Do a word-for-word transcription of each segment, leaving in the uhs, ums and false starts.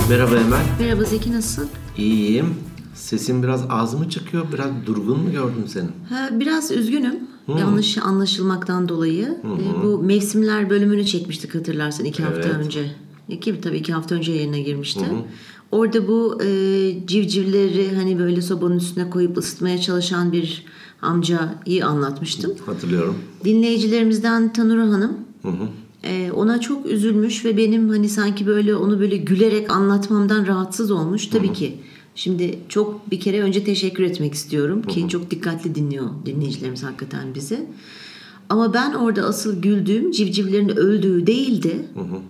Merhaba Emel. Merhaba Zeki, nasılsın? İyiyim. Sesin biraz az mı çıkıyor? Biraz durgun mu gördüm seni? Ha, biraz üzgünüm. Hmm. Yanlış anlaşılmaktan dolayı. E, bu mevsimler bölümünü çekmiştik, hatırlarsan iki hafta Evet. önce. İki, tabii iki hafta önce yayına girmişti. Hı hı. Orada bu e, civcivleri hani böyle sobanın üstüne koyup ısıtmaya çalışan bir amcayı anlatmıştım. Hatırlıyorum. Dinleyicilerimizden Tanura Hanım Hı hı. e, ona çok üzülmüş ve benim hani sanki böyle onu böyle gülerek anlatmamdan rahatsız olmuş. Tabii hı hı. ki. Şimdi çok bir kere önce teşekkür etmek istiyorum ki hı hı. çok dikkatli dinliyor dinleyicilerimiz hakikaten bizi. Ama ben orada asıl güldüğüm civcivlerin öldüğü değildi. Hı hı.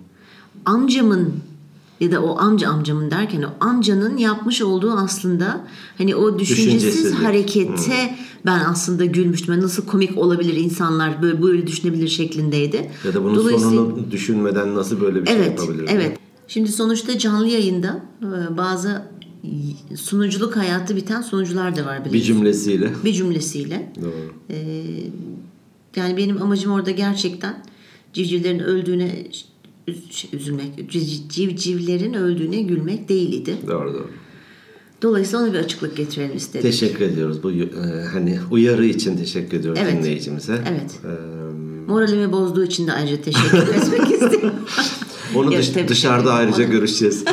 Amcamın ya da o amca amcamın derken o amcanın yapmış olduğu aslında hani o düşüncesiz harekete hmm. ben aslında gülmüştüm. Yani nasıl komik olabilir insanlar böyle böyle düşünebilir şeklindeydi. Ya da bunun sonunu düşünmeden nasıl böyle bir evet, şey yapabilir? Evet. Şimdi sonuçta canlı yayında bazı sunuculuk hayatı biten sunucular da var biliyorsun. Bir cümlesiyle. Bir cümlesiyle. Doğru. Ee, yani benim amacım orada gerçekten civcivlerin öldüğüne üzülmek, civcivlerin öldüğüne gülmek değildi. Doğru doğru. Dolayısıyla ona bir açıklık getirelim istedik. Teşekkür ediyoruz bu e, hani uyarı için teşekkür ediyoruz evet. dinleyicimize. Evet. Ee, Moralimi bozduğu için de ayrıca teşekkür etmek istiyorum. Onu dış, dışarıda ayrıca onu... görüşeceğiz.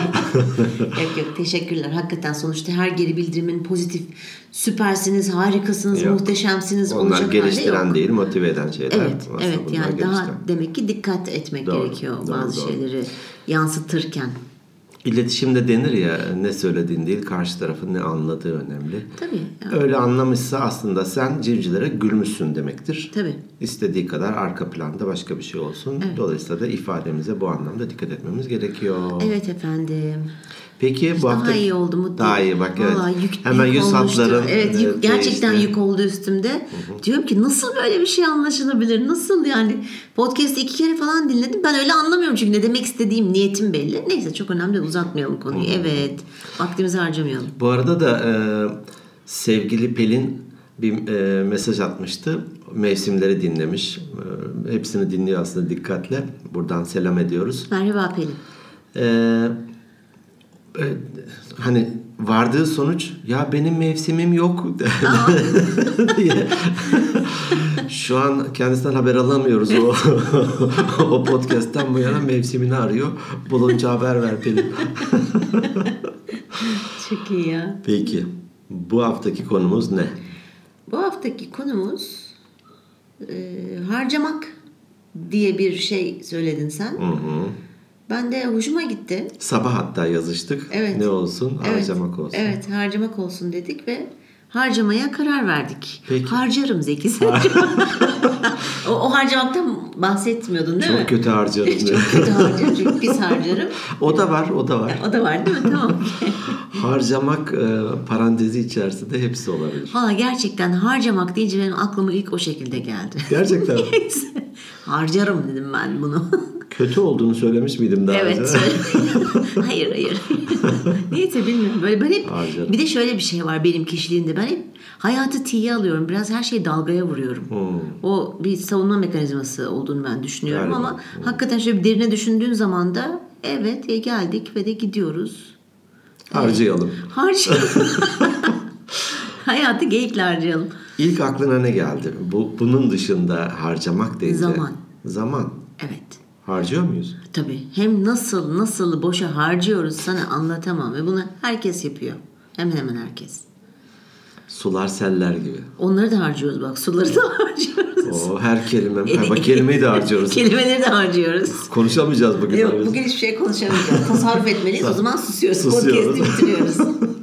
yok yok teşekkürler. Hakikaten sonuçta her geri bildirimin pozitif, süpersiniz, harikasınız, yok. muhteşemsiniz onlar olacak halde yok. Onlar geliştiren değil, motive eden şeyler. Evet, aslında evet yani geliştiren. Daha demek ki dikkat etmek doğru, gerekiyor doğru, bazı doğru. şeyleri yansıtırken. İletişimde denir ya, ne söylediğin değil, karşı tarafın ne anladığı önemli. Tabii. Yani. Öyle anlamışsa aslında sen civcivlere gülmüşsün demektir. Tabii. İstediği kadar arka planda başka bir şey olsun. Evet. Dolayısıyla da ifademize bu anlamda dikkat etmemiz gerekiyor. Evet efendim. Peki bu daha hafta iyi oldu mu? Daha iyi bak evet. Vallahi yük, hemen yük yüz hatların evet, yük, gerçekten değişti. Yük oldu üstümde. Hı hı. Diyorum ki nasıl böyle bir şey anlaşılabilir? Nasıl yani? Podcast'ı iki kere falan dinledim. Ben öyle anlamıyorum çünkü ne demek istediğim, niyetim belli. Neyse çok önemli, uzatmayalım konuyu. Hı hı. Evet. Vaktimizi harcamayalım. Bu arada da e, sevgili Pelin bir e, mesaj atmıştı. Mevsimleri dinlemiş. E, hepsini dinliyor aslında dikkatle. Buradan selam ediyoruz. Merhaba Pelin. Eee e, hani vardığı sonuç ya benim mevsimim yok diye. Şu an kendisinden haber alamıyoruz o o podcast'ten bu yana mevsimini arıyor. Bulunca haber ver Pelin. Çok iyi ya. Peki bu haftaki konumuz ne? Bu haftaki konumuz e, harcamak diye bir şey söyledin sen. Hı hı. Ben de hoşuma gitti. Sabah hatta yazıştık. Evet. Ne olsun? Harcamak evet. olsun. Evet, harcamak olsun dedik ve harcamaya karar verdik. Peki. Harcarım Zeki sen. o, o harcamaktan bahsetmiyordun değil Çok mi? Çok kötü harcarım. Çok kötü harcarım çünkü pis harcarım. O da var, o da var. O da var değil mi? Tamam. Harcamak e, parantezi içerisinde hepsi olabilir. Valla gerçekten harcamak deyince benim aklıma ilk o şekilde geldi. Gerçekten. Harcarım dedim ben bunu. Kötü olduğunu söylemiş miydim daha evet, önce? Evet. hayır hayır. Neyse bilmiyorum. Böyle ben hep Harcarım. Bir de şöyle bir şey var benim kişiliğimde. Ben hep hayatı tiye alıyorum. Biraz her şeyi dalgaya vuruyorum. Hmm. O bir savunma mekanizması olduğunu ben düşünüyorum. Galiba. Ama hmm. hakikaten şöyle bir derine düşündüğün zaman da evet e, geldik ve de gidiyoruz. Harcayalım. Evet. Harcayalım. Hayatı geyikle harcayalım. İlk aklına ne geldi? Bu bunun dışında harcamak deyince. Zaman. Zaman. Evet. Harcıyor muyuz? Tabii. Hem nasıl nasıl boşa harcıyoruz sana anlatamam ve bunu herkes yapıyor. Hemen hemen herkes. Sular seller gibi. Onları da harcıyoruz bak. Suları da harcıyoruz. O her kelime. Ha, bak kelimeyi de harcıyoruz. Kelimeleri de harcıyoruz. Konuşamayacağız bugün. Yok bugün hiçbir şey konuşamayacağız. Tasarruf etmeliyiz. O zaman susuyoruz. Susuyoruz. Podcast'ı bitiriyoruz.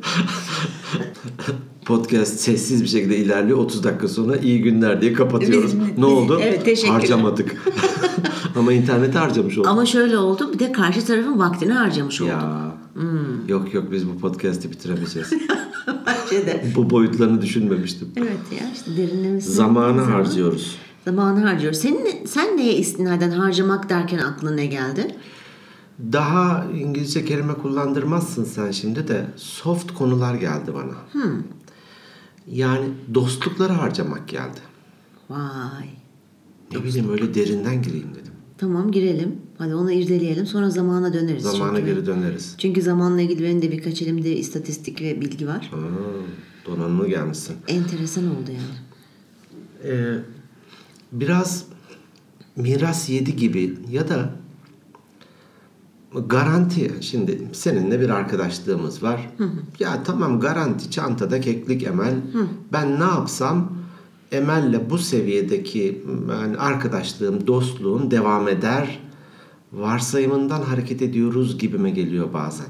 Podcast sessiz bir şekilde ilerliyor. otuz dakika sonra iyi günler diye kapatıyoruz. Biz, ne biz, oldu? Evet, teşekkürler. Harcamadık. Ama interneti harcamış olduk. Ama şöyle oldu. Bir de karşı tarafın vaktini harcamış olduk. Ya. Hmm. Yok yok biz bu podcast'i bitiremeyeceğiz. Bence de. Bu boyutlarını düşünmemiştim. Evet ya işte derinlemesine. Zamanı zaman. harcıyoruz. Zamanı harcıyoruz. Senin, sen neye istinaden harcamak derken aklına ne geldi? Daha İngilizce kelime kullandırmazsın sen şimdi de soft konular geldi bana. Hmm. Yani dostlukları harcamak geldi. Vay. Ne bileyim öyle derinden gireyim dedim. Tamam girelim. Hadi onu irdeleyelim, sonra zamana döneriz. Zamana çünkü. geri döneriz. Çünkü zamanla ilgili benim de birkaç elimde istatistik ve bilgi var. Ha, donanımlı gelmişsin. Enteresan oldu yani. Ee, biraz miras yedi gibi ya da garanti. Şimdi seninle bir arkadaşlığımız var. Hı hı. Ya tamam, garanti çantada keklik Emel. Hı. Ben ne yapsam Emel'le bu seviyedeki yani arkadaşlığım, dostluğum devam eder varsayımından hareket ediyoruz gibime geliyor bazen.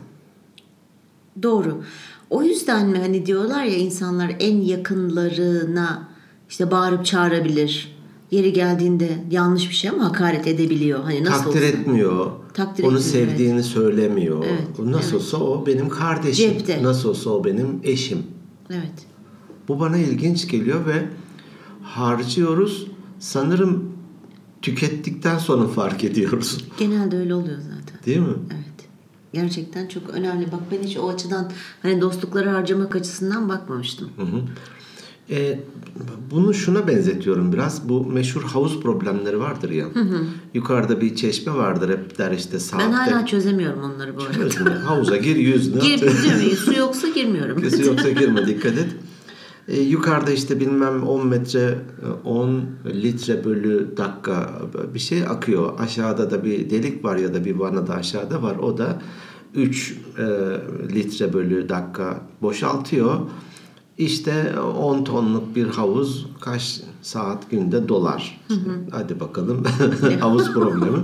Doğru. O yüzden mi hani diyorlar ya, insanlar en yakınlarına işte bağırıp çağırabilir. Yeri geldiğinde yanlış bir şey ama hakaret edebiliyor. Hani nasıl Takdir olsa. etmiyor. Takdir onu etmiyor, sevdiğini evet. söylemiyor. Evet, Nasıl evet. olsa o benim kardeşim. Cepte. Nasıl olsa o benim eşim. Evet. Bu bana ilginç geliyor ve harcıyoruz. Sanırım tükettikten sonra fark ediyoruz. Genelde öyle oluyor zaten. Değil mi? Evet. Gerçekten çok önemli. Bak ben hiç o açıdan hani dostlukları harcamak açısından bakmamıştım. Hı hı. Ee, bunu şuna benzetiyorum biraz. Bu meşhur havuz problemleri vardır ya. Hı hı. Yukarıda bir çeşme vardır, hep der işte saatte. Ben hala çözemiyorum onları bu arada. Çözme. Havuza gir, yüz. Girip gidiyorum. Su yoksa girmiyorum. Su yoksa girme, dikkat et. Ee, yukarıda işte bilmem on metre, on litre bölü dakika bir şey akıyor. Aşağıda da bir delik var ya da bir vana da aşağıda var. O da üç e, litre bölü dakika boşaltıyor. İşte on tonluk bir havuz kaç saat günde dolar. Hı hı. Hadi bakalım. Havuz problemi.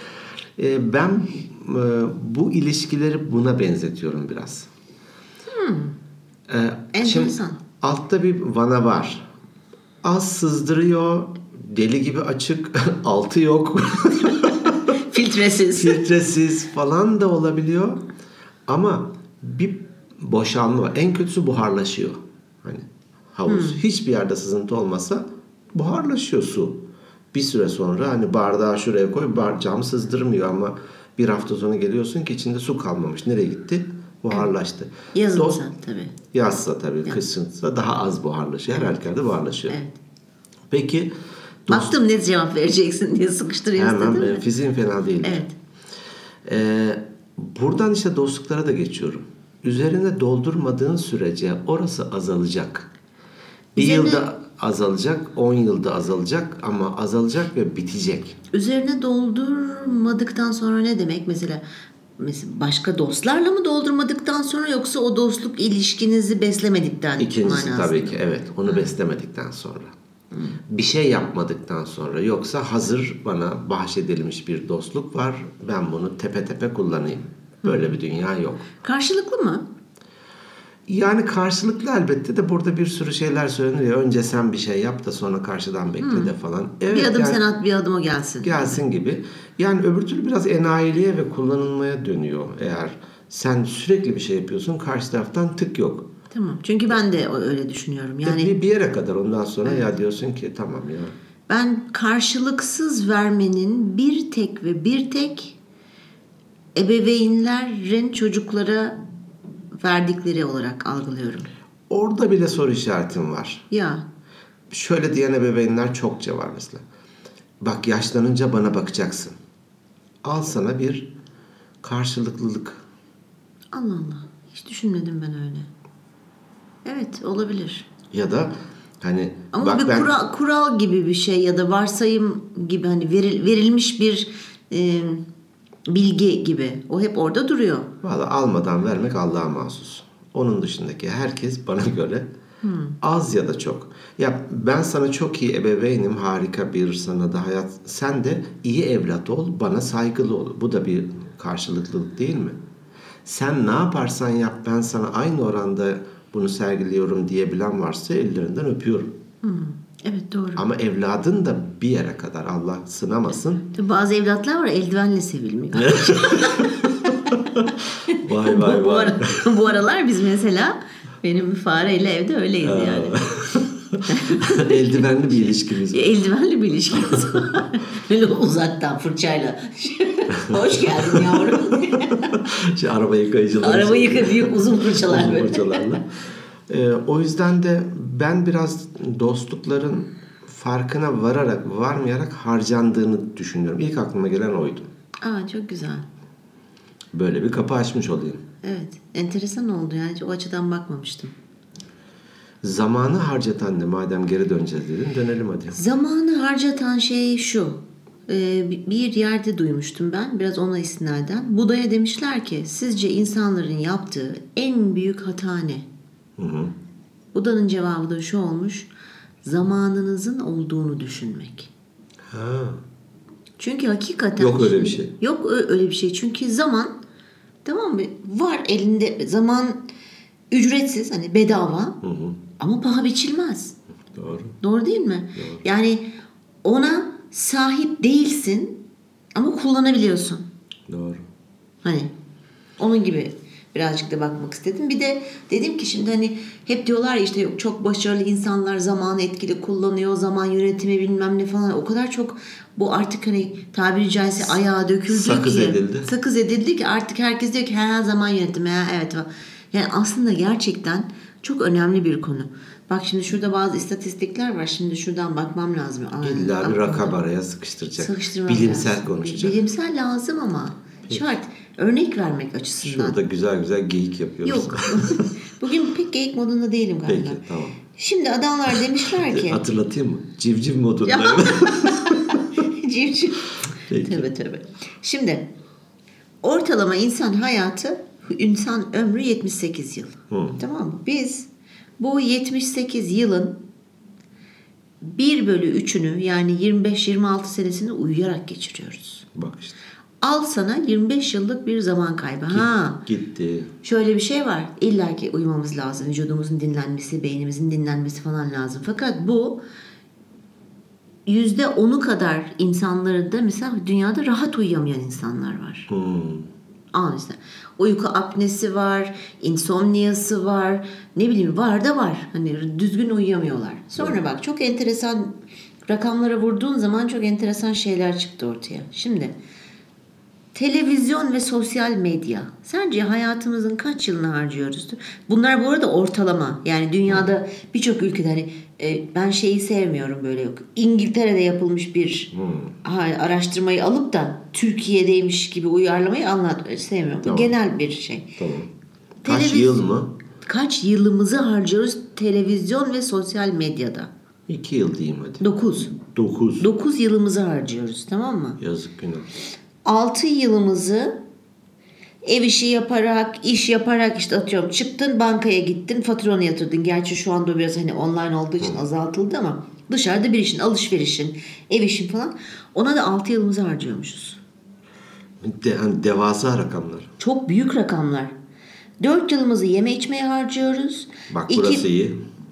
Ee, ben e, bu ilişkileri buna benzetiyorum biraz. Hmm. Ee, Enteresan. Altta bir vana var. Az sızdırıyor. Deli gibi açık. Altı yok. Filtresiz. Filtresiz falan da olabiliyor. Ama bir boşalma var. En kötüsü buharlaşıyor. Hani havuz. Hmm. Hiçbir yerde sızıntı olmasa buharlaşıyor su. Bir süre sonra hani bardağı şuraya koy, bar, cam sızdırmıyor ama bir hafta sonra geliyorsun ki içinde su kalmamış. Nereye gitti? Buharlaştı. Evet. Yazınsa Dost, tabii. Yazsa tabii. Yaz. Kışınsa daha az buharlaşıyor. Her evet. halükarda buharlaşıyor. Evet. Peki. Dost... Baktım ne cevap vereceksin diye sıkıştırayım istedim. Hemen mi? Fiziğim fena değil. Evet. Ee, buradan işte dostluklara da geçiyorum. Üzerine doldurmadığın sürece orası azalacak. Bir Üzerine... yılda azalacak, on yılda azalacak ama azalacak ve bitecek. Üzerine doldurmadıktan sonra ne demek? Mesela mesela başka dostlarla mı doldurmadıktan sonra, yoksa o dostluk ilişkinizi beslemedikten İkincisi manasında. tabii ki evet. Onu Hı. beslemedikten sonra. Hı. Bir şey yapmadıktan sonra. Yoksa hazır bana bahşedilmiş bir dostluk var. Ben bunu tepe tepe kullanayım. Böyle Hı. bir dünya yok. Karşılıklı mı? Yani karşılıklı elbette de burada bir sürü şeyler söyleniyor. Önce sen bir şey yap da sonra karşıdan bekle hmm. de falan. Evet, bir adım yani, sen at, bir adım o gelsin. Gelsin gibi. Yani öbür türlü biraz enayiliğe ve kullanılmaya dönüyor. Eğer sen sürekli bir şey yapıyorsun, karşı taraftan tık yok. Tamam. Çünkü ben de öyle düşünüyorum. Yani bir, bir yere kadar, ondan sonra evet. ya diyorsun ki tamam ya. Ben karşılıksız vermenin bir tek ve bir tek ebeveynlerin çocuklara verdikleri olarak algılıyorum. Orada bile soru işaretim var. Ya. Şöyle diyen ebeveynler çokça var mesela. Bak yaşlanınca bana bakacaksın. Al sana bir karşılıklılık. Allah Allah. Hiç düşünmedim ben öyle. Evet, olabilir. Ya da hani ama bak bir ben... kural, kural gibi bir şey ya da varsayım gibi, hani veril, verilmiş bir e, bilgi gibi. O hep orada duruyor. Vallahi almadan vermek Allah'a mahsus. Onun dışındaki herkes bana göre hmm. az ya da çok. Ya ben sana çok iyi ebeveynim, harika bir sana da hayat. Sen de iyi evlat ol, bana saygılı ol. Bu da bir karşılıklılık değil mi? Sen ne yaparsan yap, ben sana aynı oranda bunu sergiliyorum diyebilen varsa ellerinden öpüyorum. Hmm. Evet, doğru. Ama evladın da bir yere kadar, Allah sınamasın. Bazı evlatlar var eldivenle sevilmiyor. Vay vay bu, vay. Bu, bu aralar biz mesela benim fareyle evde öyleyiz yani. Eldivenli bir ilişkimiz var. Eldivenli bir ilişkimiz var. Böyle uzaktan fırçayla. Hoş geldin yavrum. Şey, araba yıkayıcılar. Araba yıka büyük uzun fırçalar uzun böyle. Fırçalarla. Ee, o yüzden de ben biraz dostlukların farkına vararak, varmayarak harcandığını düşünüyorum. İlk aklıma gelen oydu. Aa, çok güzel. Böyle bir kapı açmış olayım. Evet. Enteresan oldu yani. O açıdan bakmamıştım. Zamanı harcatan ne? Madem geri döneceğiz dedin. Dönelim hadi. Zamanı harcatan şey şu. Ee, bir yerde duymuştum ben. Biraz ona istinaden. Buda'ya demişler ki sizce insanların yaptığı en büyük hata ne? Hı hı. Buda'nın cevabı da şu olmuş. Zamanınızın olduğunu düşünmek. Ha. Çünkü hakikaten... Yok öyle bir şey. Yok öyle bir şey. Çünkü zaman, tamam mı? Var elinde. Zaman ücretsiz, hani bedava. Hı hı. Ama paha biçilmez. Doğru. Doğru değil mi? Doğru. Yani ona sahip değilsin ama kullanabiliyorsun. Doğru. Hani onun gibi birazcık da bakmak istedim. Bir de dedim ki şimdi hani hep diyorlar ya işte yok çok başarılı insanlar zamanı etkili kullanıyor, zaman yönetimi bilmem ne falan. O kadar çok bu artık hani tabiri caizse ayağa döküldü Sakız ki. edildi. Sakız edildi ki artık herkes diyor ki her zaman yönetimi ha, evet. Yani aslında gerçekten çok önemli bir konu. Bak şimdi şurada bazı istatistikler var. Şimdi şuradan bakmam lazım. İlla bir rakam araya sıkıştıracak. Sıkıştırmak Bilimsel lazım. konuşacak. Bilimsel lazım ama şart. Örnek vermek açısından. Şurada güzel güzel geyik yapıyoruz. Yok. Bugün pek geyik modunda değilim galiba. Peki tamam. Şimdi adamlar demişler ki. Hatırlatayım mı? Civciv modundayım. Civciv. Peki. Tabii tabii. Şimdi ortalama insan hayatı, insan ömrü yetmiş sekiz yıl. Hı. Tamam mı? Biz bu yetmiş sekiz yılın bir bölü üçünü yani yirmi beş yirmi altı senesini uyuyarak geçiriyoruz. Bak işte. Al sana yirmi beş yıllık bir zaman kaybı. Git, ha. Gitti. Şöyle bir şey var. İlla ki uyumamız lazım. Vücudumuzun dinlenmesi, beynimizin dinlenmesi falan lazım. Fakat bu yüzde onu kadar insanların da mesela dünyada rahat uyuyamayan insanlar var. Hmm. Aa işte uyku apnesi var, insomniyası var, ne bileyim var da var. Hani düzgün uyuyamıyorlar. Sonra Evet. bak çok enteresan rakamlara vurduğun zaman çok enteresan şeyler çıktı ortaya. Şimdi televizyon ve sosyal medya. Sence hayatımızın kaç yılını harcıyoruz? Bunlar bu arada ortalama. Yani dünyada birçok ülkede hani e, ben şeyi sevmiyorum böyle yok. İngiltere'de yapılmış bir Hmm. ha, araştırmayı alıp da Türkiye'deymiş gibi uyarlamayı anlat sevmiyorum. Tamam. Bu genel bir şey. Tamam. Kaç Televiz- yıl mı? Kaç yılımızı harcıyoruz televizyon ve sosyal medyada? İki yıl diyeyim hadi. Dokuz. Dokuz. Dokuz yılımızı harcıyoruz, tamam mı? Yazık günah. altı yılımızı ev işi yaparak, iş yaparak işte atıyorum çıktın bankaya gittin faturanı yatırdın. Gerçi şu anda biraz hani online olduğu için azaltıldı ama dışarıda bir işin, alışverişin, ev işin falan ona da altı yılımızı harcıyormuşuz. De, hani devasa rakamlar. Çok büyük rakamlar. dört yılımızı yeme içmeye harcıyoruz. Bak İki- burası iyi.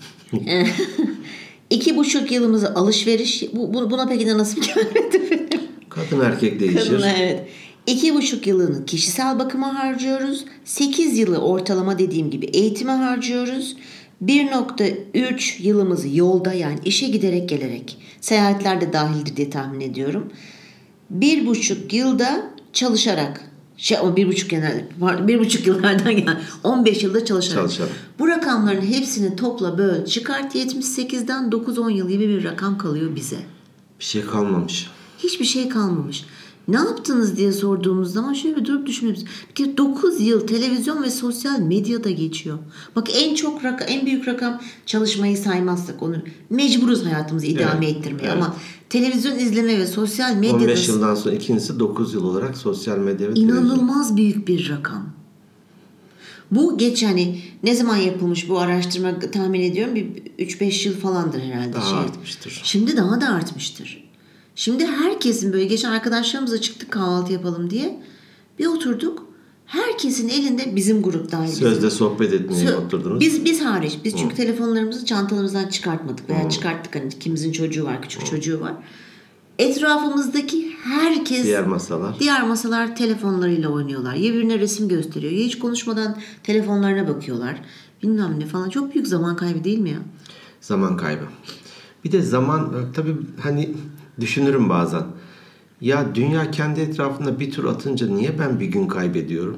iki buçuk yılımızı alışveriş. Bu, bu- buna peki de nasıl gelmedi? Kadın erkek değişir. Kadına, evet. İki buçuk yılını kişisel bakıma harcıyoruz. Sekiz yılı ortalama dediğim gibi eğitime harcıyoruz. bir nokta üç yılımızı yolda yani işe giderek gelerek seyahatler de dahildir diye tahmin ediyorum. Bir buçuk yılda çalışarak şey ama bir buçuk genel bir buçuk yıllardan yani on beş yılda çalışarak. Çalışarak. Bu rakamların hepsini topla böl çıkart yetmiş sekizden dokuz on yıl gibi bir rakam kalıyor bize. Bir şey kalmamış. Hiçbir şey kalmamış. Ne yaptınız diye sorduğumuz zaman şöyle bir durup düşünüyoruz. Bir kere dokuz yıl televizyon ve sosyal medyada geçiyor. Bak en çok rakam, en büyük rakam çalışmayı saymazsak onu mecburuz hayatımızı idame Evet, ettirmeye evet. ama televizyon izleme ve sosyal medyada on beş yıldan sonra ikincisi dokuz yıl olarak sosyal medya ve televizyon. inanılmaz büyük bir rakam. Bu geç hani ne zaman yapılmış bu araştırma tahmin ediyorum bir üç beş yıl falandır herhalde. Daha şey. artmıştır. Şimdi daha da artmıştır. Şimdi herkesin böyle geçen arkadaşlarımızla çıktık kahvaltı yapalım diye bir oturduk. Herkesin elinde bizim grup dahil. Sözde sohbet etmeye Sö- oturdunuz. Biz biz hariç. Biz çünkü telefonlarımızı çantalarımızdan çıkartmadık veya çıkarttık hani kimizin çocuğu var, küçük çocuğu var. Etrafımızdaki herkes Diğer masalar. diğer masalar telefonlarıyla oynuyorlar. Ya birine resim gösteriyor ya hiç konuşmadan telefonlarına bakıyorlar. Bilmem ne falan. Çok büyük zaman kaybı değil mi ya? Zaman kaybı. Bir de zaman tabii hani düşünürüm bazen. Ya dünya kendi etrafında bir tur atınca niye ben bir gün kaybediyorum?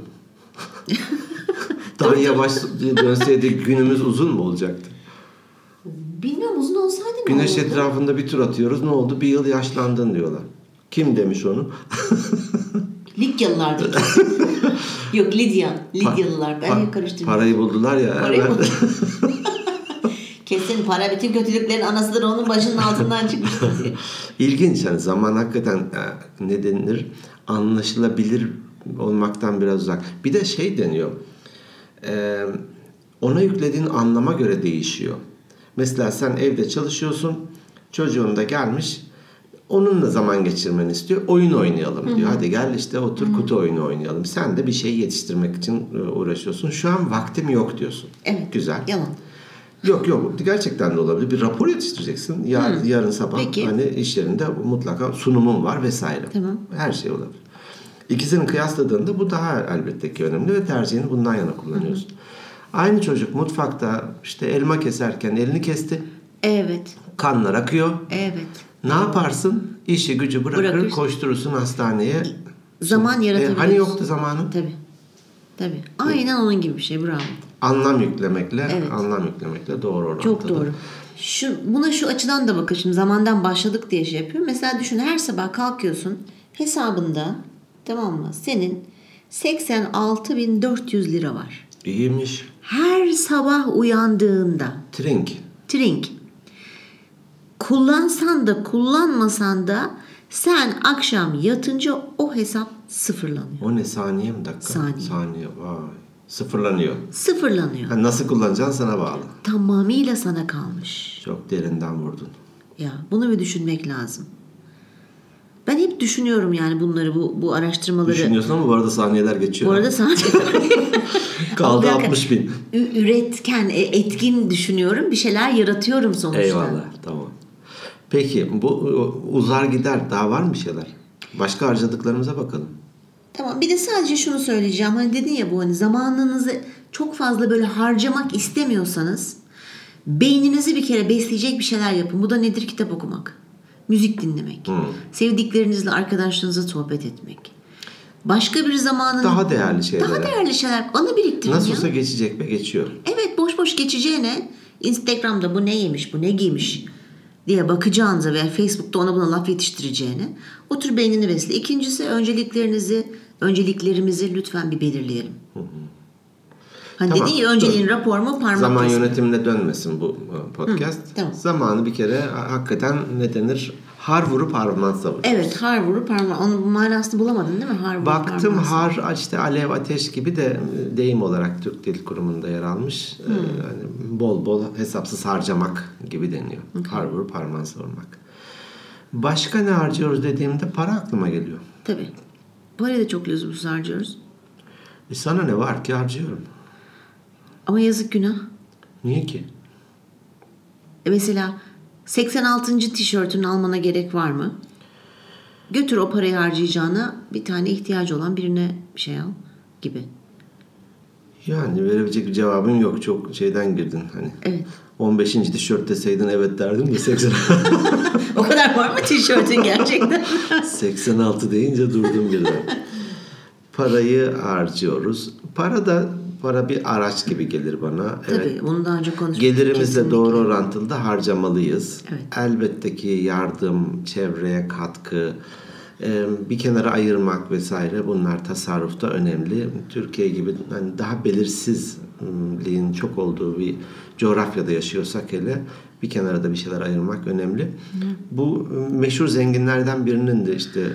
Daha yavaş dönseydi günümüz uzun mu olacaktı? Bilmiyorum uzun olsaydı ne Güneş olurdu? etrafında bir tur atıyoruz. Ne oldu? Bir yıl yaşlandın diyorlar. Kim demiş onu? Lidyalılardır kesin. Yok Lidya. Lidyalılar. Ben Pa- hep karıştırdım. Parayı buldular ya. Parayı hemen. buldular. Kesin para bütün kötülüklerin anasıdır, onun başının altından çıkmıştır diye. İlginç yani zaman hakikaten e, ne denir anlaşılabilir olmaktan biraz uzak. Bir de şey deniyor e, ona yüklediğin anlama göre değişiyor. Mesela sen evde çalışıyorsun, çocuğun da gelmiş onunla zaman geçirmeni istiyor, oyun oynayalım diyor. Hı-hı. Hadi gel işte otur Hı-hı. kutu oyunu oynayalım. Sen de bir şey yetiştirmek için uğraşıyorsun. Şu an vaktim yok diyorsun. Evet. Güzel. Yalan. Yok yok gerçekten de olabilir. Bir rapor yetiştireceksin. Yar, hmm. Yarın sabah Peki. hani iş yerinde mutlaka sunumum var vesaire. Tamam. Her şey olabilir. İkisini kıyasladığında bu daha elbette ki önemli ve tercihini bundan yana kullanıyorsun. Hı-hı. Aynı çocuk mutfakta işte elma keserken elini kesti. Evet. Kanlar akıyor. Evet. Ne yaparsın? İşi gücü bırakır, Bırakır. koşturursun hastaneye. Zaman yaratabiliyorsun. E, hani yoktu zamanın? Tabii. Tabii. Aynen evet. Onun gibi bir şey. Bravo. Anlam yüklemekle, evet. anlam yüklemekle doğru orantılı. Çok doğru. Şu, buna şu açıdan da bakın. Şimdi zamandan başladık diye şey yapıyorum. Mesela düşün, her sabah kalkıyorsun, hesabında, tamam mı, senin seksen altı bin dört yüz lira var. İyiymiş. Her sabah uyandığında. Trink. Trink. Kullansan da kullanmasan da sen akşam yatınca o hesap sıfırlanıyor. O ne, saniye mi, dakika? Saniye. Saniye. Vay. Sıfırlanıyor. Sıfırlanıyor. Yani nasıl kullanacaksın sana bağlı. Tamamıyla sana kalmış. Çok derinden vurdun. Ya bunu bir düşünmek lazım. Ben hep düşünüyorum yani bunları, bu bu araştırmaları. Düşünüyorsun ama bu arada saniyeler geçiyor. Bu arada saniyeler kaldı altmış bin. Üretken, etkin düşünüyorum. Bir şeyler yaratıyorum sonuçta. Eyvallah, tamam. Peki bu uzar gider, daha var mı bir şeyler? Başka harcadıklarımıza bakalım. Tamam, bir de sadece şunu söyleyeceğim. Hani dedin ya, bu hani zamanınızı çok fazla böyle harcamak istemiyorsanız beyninizi bir kere besleyecek bir şeyler yapın. Bu da nedir? Kitap okumak, müzik dinlemek, hmm. sevdiklerinizle, arkadaşlarınızla sohbet etmek. Başka bir zamanın daha değerli şeyler. Daha değerli şeyler. Anı biriktirin. Nasıl olsa geçecek ve geçiyor. Evet, boş boş geçeceğine Instagram'da bu ne yemiş, bu ne giymiş diye bakacağınıza veya Facebook'ta ona buna laf yetiştireceğine otur beynini besle. İkincisi, önceliklerinizi, önceliklerimizi lütfen bir belirleyelim. Hı hı. Hani tamam, dediğin ya, önceliğin dur. Rapor mu, parmak Zaman kesin. Yönetimine dönmesin bu podcast. Hı, tamam. Zamanı bir kere hakikaten ne denir? Har vurup harman savur. Evet, har vurup harman. Onun manasını bulamadın değil mi? Har vurup baktım, har işte alev ateş gibi de deyim olarak Türk Dil Kurumu'nda yer almış. Hmm. Ee, yani bol bol hesapsız harcamak gibi deniyor. Okay. Har vurup harman savurmak. Başka ne harcıyoruz dediğimde para aklıma geliyor. Tabii. Parayı da çok lüzumsuz harcıyoruz. E sana ne var ki harcıyorum. Ama yazık, günah. Niye ki? E mesela seksen altıncı tişörtünü almana gerek var mı? Götür o parayı harcayacağına bir tane ihtiyacı olan birine bir şey al gibi. Yani verebilecek bir cevabım yok. Çok şeyden girdin hani. Evet. on beşinci tişört deseydin evet derdim de seksen O kadar var mı tişörtün gerçekten? seksen altı deyince durdum birden. Parayı harcıyoruz. Para da para bir araç gibi gelir bana. Tabii, evet. Bunu daha önce konuştuk. Gelirimizle kesinlikle doğru orantılı da harcamalıyız. Evet. Elbette ki yardım, çevreye katkı, bir kenara ayırmak vesaire, bunlar tasarrufta önemli. Türkiye gibi hani daha belirsizliğin çok olduğu bir coğrafyada yaşıyorsak hele bir kenara da bir şeyler ayırmak önemli. Hı. Bu meşhur zenginlerden birinin de işte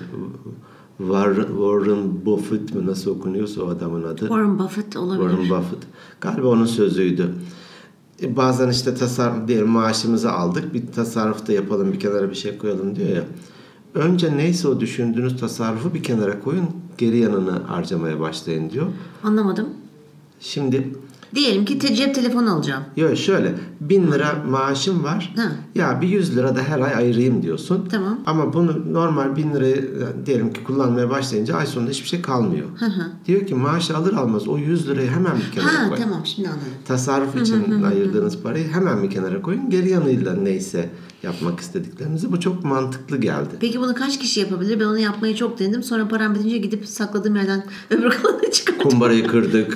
Warren Buffett mi, nasıl okunuyorsa o adamın adı. Warren Buffett olabilir. Warren Buffett. Galiba onun sözüydü. E bazen işte tasarruf diyelim, maaşımızı aldık, bir tasarruf da yapalım, bir kenara bir şey koyalım diyor ya. Önce neyse o düşündüğünüz tasarrufu bir kenara koyun, geri yanını harcamaya başlayın diyor. Anlamadım. Şimdi diyelim ki te- cep telefonu alacağım. Yok şöyle, bin lira maaşım var. Ha. Ya bir yüz lira da her ay ayırayım diyorsun. Tamam. Ama bunu normal bin lirayı diyelim ki kullanmaya başlayınca ay sonunda hiçbir şey kalmıyor. Hı hı. Diyor ki maaşı alır almaz o yüz lirayı hemen bir kenara ha, koy. Tamam, şimdi anladım. Tasarruf için ayırdığınız parayı hemen bir kenara koyun. Geri yanıyla neyse yapmak istediklerimizi. Bu çok mantıklı geldi. Peki bunu kaç kişi yapabilir? Ben onu yapmayı çok denedim. Sonra param bitince gidip sakladığım yerden öbür kalanı çıkarttım. Kumbarayı kırdık.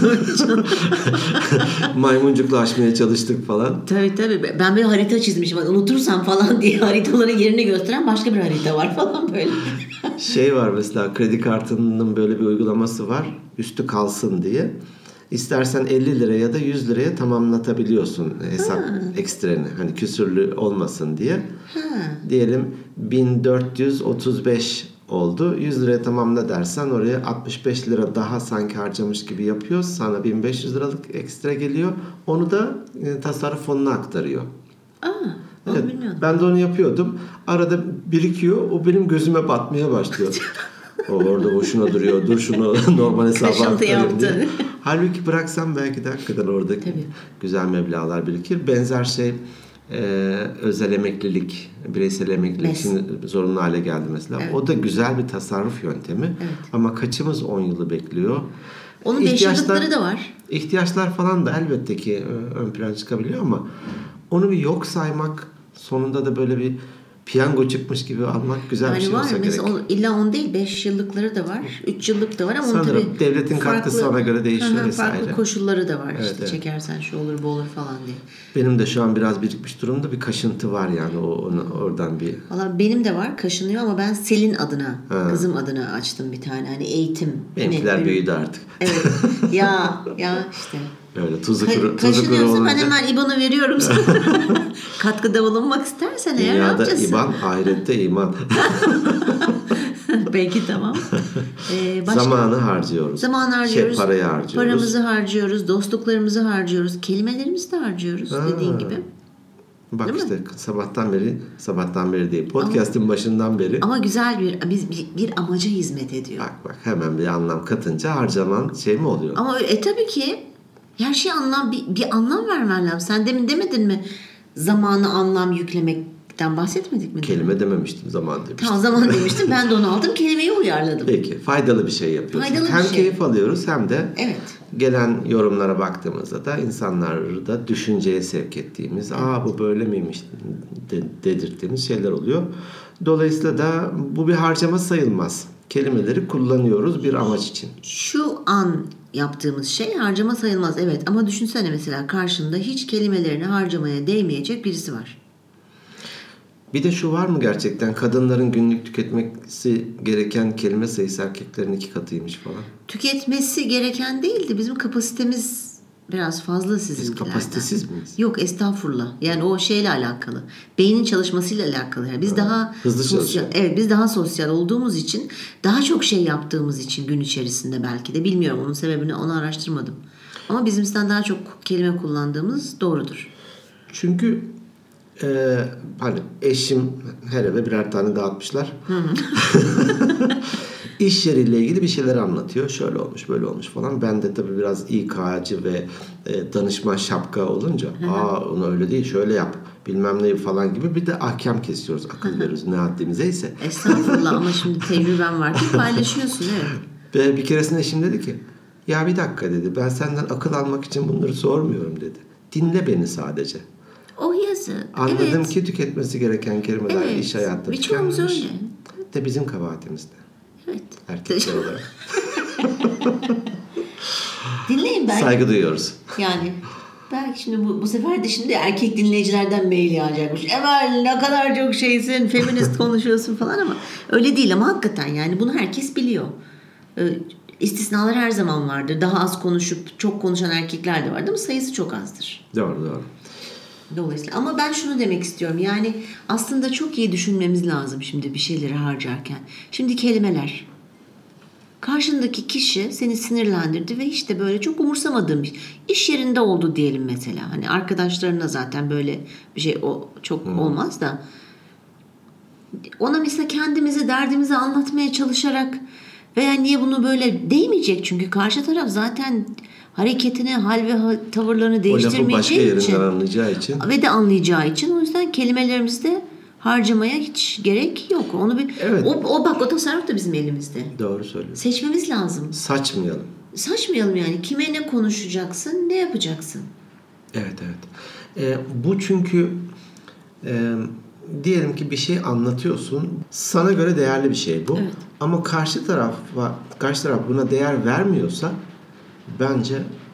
Maymuncukla aşmaya çalıştık falan. Tabii tabii. Ben bir harita çizmişim. Unutursam falan diye haritaların yerini gösteren başka bir harita var falan böyle. Şey var mesela, kredi kartının böyle bir uygulaması var. Üstü kalsın diye. İstersen elli liraya ya da yüz liraya tamamlatabiliyorsun hesap ha. ekstreni. Hani küsürlü olmasın diye. Ha. Diyelim bin dört yüz otuz beş oldu. yüz liraya tamamla dersen oraya altmış beş lira daha sanki harcamış gibi yapıyor. Sana bin beş yüz liralık ekstra geliyor. Onu da e, tasarruf fonuna aktarıyor. Aa, evet, ben de onu yapıyordum. Arada birikiyor. O benim gözüme batmaya başlıyor. O orada boşuna duruyor. Dur şunu normal hesaba aktarayım diye. Halbuki bıraksam belki de hakikaten orada Tabii. güzel meblağlar birikir. Benzer şey e, özel emeklilik, bireysel emeklilik şimdi zorunlu hale geldi mesela. Evet. O da güzel bir tasarruf yöntemi. Evet. Ama kaçımız on yılı bekliyor? Onun beş yıllıkları da var. İhtiyaçlar falan da elbette ki ön plana çıkabiliyor ama onu bir yok saymak, sonunda da böyle bir piyango çıkmış gibi almak güzel yani bir şey olsa gerek. Mesela illa on değil beş yıllıkları da var. üç yıllık da var ama sanırım tabii devletin farklı, katkısı ona göre değişiyor vesaire. Farklı koşulları da var. Evet, işte evet. Çekersen şu olur bu olur falan diye. Benim de şu an biraz birikmiş durumda, bir kaşıntı var yani o onu, oradan bir. Valla benim de var, kaşınıyor ama ben Selin adına, ha. kızım adına açtım bir tane hani eğitim. Benimkiler hani, büyüdü artık. Evet. ya ya işte. Öyle tuzu kuru, Ka- tuzu kuru olunca. Ben hemen İ B A N'ı veriyorum sana. Katkıda bulunmak istersen eğer ne yapacaksın? Dünyada İ B A N, ahirette iman. Peki tamam. Ee, başka? Zamanı harcıyoruz. Zaman harcıyoruz. Şey, parayı harcıyoruz. Paramızı harcıyoruz. Dostluklarımızı harcıyoruz. Kelimelerimizi de harcıyoruz ha. dediğin gibi. Bak değil işte mi? sabahtan beri, sabahtan beri değil. Podcast'in ama, başından beri. Ama güzel bir, biz bir, bir amaca hizmet ediyor. Bak bak hemen bir anlam katınca harcaman şey mi oluyor? Ama e tabii ki her şey anlam, bir, bir anlam vermen lazım. Sen demin demedin mi zamanı anlam yüklemekten bahsetmedik mi? Kelime dememiştim, zaman demiştim. Tamam, zaman demiştim. Ben de onu aldım, kelimeyi uyarladım. Peki, faydalı bir şey yapıyorsun. Faydalı hem bir şey. keyif alıyoruz hem de evet. gelen yorumlara baktığımızda da insanları da düşünceye sevk ettiğimiz, evet. aa bu böyle miymiş de, dedirttiğimiz şeyler oluyor. Dolayısıyla da bu bir harcama sayılmaz. Kelimeleri kullanıyoruz bir amaç için. Şu an yaptığımız şey harcama sayılmaz, evet, ama düşünsene mesela karşında hiç kelimelerini harcamaya değmeyecek birisi var. Bir de şu var mı gerçekten, kadınların günlük tüketmesi gereken kelime sayısı erkeklerin iki katıymış falan. Tüketmesi gereken değildi, bizim kapasitemiz biraz fazla sizinkilerden. Biz kapasitesiz miyiz? Yok estağfurullah. Yani o şeyle alakalı. Beynin çalışmasıyla alakalı. Yani biz ha, daha hızlı sosyal, çalışıyor. Evet, biz daha sosyal olduğumuz için, daha çok şey yaptığımız için gün içerisinde belki de, bilmiyorum onun sebebini, onu araştırmadım. Ama bizimizden daha çok kelime kullandığımız doğrudur. Çünkü e, hani eşim her eve birer tane dağıtmışlar. Hı hı. İş yeriyle ilgili bir şeyler anlatıyor. Şöyle olmuş, böyle olmuş falan. Ben de tabii biraz İK'cı ve e, danışman şapka olunca, hı-hı. aa onu öyle değil, şöyle yap, bilmem ne falan gibi bir de ahkam kesiyoruz, akıl hı-hı. veriyoruz ne haddimize ise. Estağfurullah ama şimdi tecrüben var ki paylaşıyorsun, evet. Ve bir keresinde eşim dedi ki, ya bir dakika dedi, ben senden akıl almak için bunları sormuyorum dedi. Dinle beni sadece. O yazık. Anladım evet. ki tüketmesi gereken kelimeler evet. iş hayatında tükenmiş. Birçoğumuz öyle. De bizim kabahatimizde. Evet. Erkekler olarak. Dinleyin ben. Saygı duyuyoruz. Yani belki şimdi bu, bu sefer de şimdi erkek dinleyicilerden mail yağacakmış. Emel ne kadar çok şeysin, feminist konuşuyorsun falan, ama öyle değil ama hakikaten yani bunu herkes biliyor. Ee, istisnalar her zaman vardır. Daha az konuşup çok konuşan erkekler de vardır ama sayısı çok azdır. Doğru doğru. Dolayısıyla ama ben şunu demek istiyorum, yani aslında çok iyi düşünmemiz lazım şimdi bir şeyleri harcarken. Şimdi kelimeler. Karşındaki kişi seni sinirlendirdi ve hiç de böyle çok umursamadığım bir iş yerinde oldu diyelim mesela. Hani arkadaşlarına zaten böyle bir şey o çok hmm. olmaz da. Ona mesela kendimizi, derdimizi anlatmaya çalışarak veya niye bunu böyle değmeyecek, çünkü karşı taraf zaten hareketini, hal ve tavırlarını değiştirmeyeceği için. O lafı başka yerinden anlayacağı için. Ve de anlayacağı için. O yüzden kelimelerimizde harcamaya hiç gerek yok. Onu bir evet. o, o bak o tasarruf da bizim elimizde. Doğru söylüyorsun. Seçmemiz lazım. Saçmayalım. Saçmayalım yani. Kime ne konuşacaksın, ne yapacaksın? Evet evet. Ee, bu çünkü Ee, diyelim ki bir şey anlatıyorsun. Sana göre değerli bir şey bu. Evet. Ama karşı taraf karşı taraf buna değer vermiyorsa bence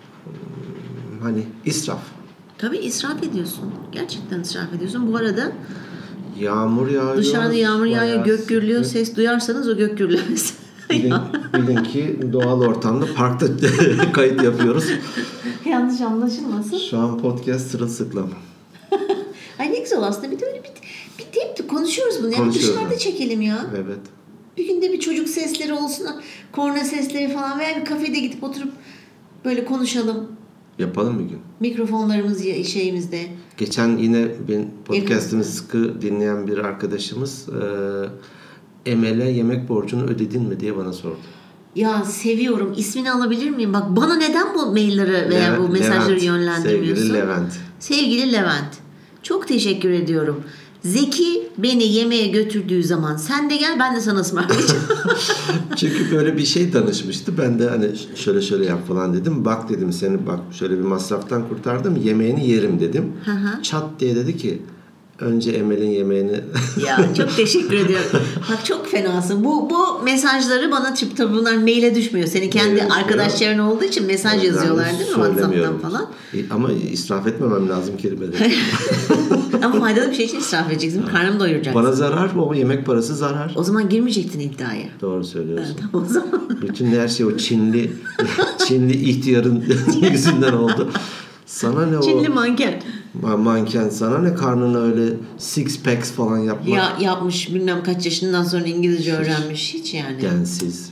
hani israf. Tabii israf ediyorsun. Gerçekten israf ediyorsun. Bu arada Yağmur yağıyor. dışarıda yağmur yağıyor, gök gürlüyor. sıkı. Ses duyarsanız o gök gürlemesi. Bilin, bilin ki doğal ortamda parkta kayıt yapıyoruz. Yanlış anlaşılmasın. Şu an podcast sırılsıklam. Ay ne güzel aslında. Bir de öyle bir, bir hep konuşuyoruz bunu. Yani Konuşuyoruz. dışarıda çekelim ya. Evet. Bir günde bir çocuk sesleri olsun. Korna sesleri falan. Veya bir kafede gidip oturup böyle konuşalım. Yapalım bir gün. Mikrofonlarımız şeyimizde. Geçen yine ben podcast'ını sıkı dinleyen bir arkadaşımız e, Emel'e yemek borcunu ödedin mi diye bana sordu. Ya seviyorum. İsmini alabilir miyim? Bak bana neden bu mailleri veya Levent, bu mesajları Levent, yönlendirmiyorsun? Sevgili Levent. Sevgili Levent. Çok teşekkür ediyorum. Zeki beni yemeğe götürdüğü zaman sen de gel, ben de sana ısmarlayacağım. Çünkü böyle bir şey danışmıştı. Ben de hani şöyle şöyle yap falan dedim. Bak dedim, seni bak şöyle bir masraftan kurtardım. Yemeğini yerim dedim. Hı hı. Çat diye dedi ki önce Emel'in yemeğini... Ya çok teşekkür ediyorum. Bak çok fenasın. Bu bu mesajları bana çıp tabii bunlar maile düşmüyor. Senin kendi Maile düşmüyor. arkadaş çevren olduğu için mesaj yazıyorlar değil mi? WhatsApp'tan Söylemiyorum. falan. Ama israf etmemem lazım kelimeleri. Ama faydalı bir şey için israf edeceksin. Karnımı doyuracaksın. Bana zarar, o yemek parası zarar. O zaman girmeyecektin iddiaya. Doğru söylüyorsun. Evet, o zaman. Bütün her şey o Çinli Çinli ihtiyarın yüzünden oldu. Sana ne o? Çinli manken. Manken, sana ne karnına öyle six packs falan yapmak? Ya yapmış bilmem kaç yaşından sonra İngilizce öğrenmiş hiç yani. Gensiz.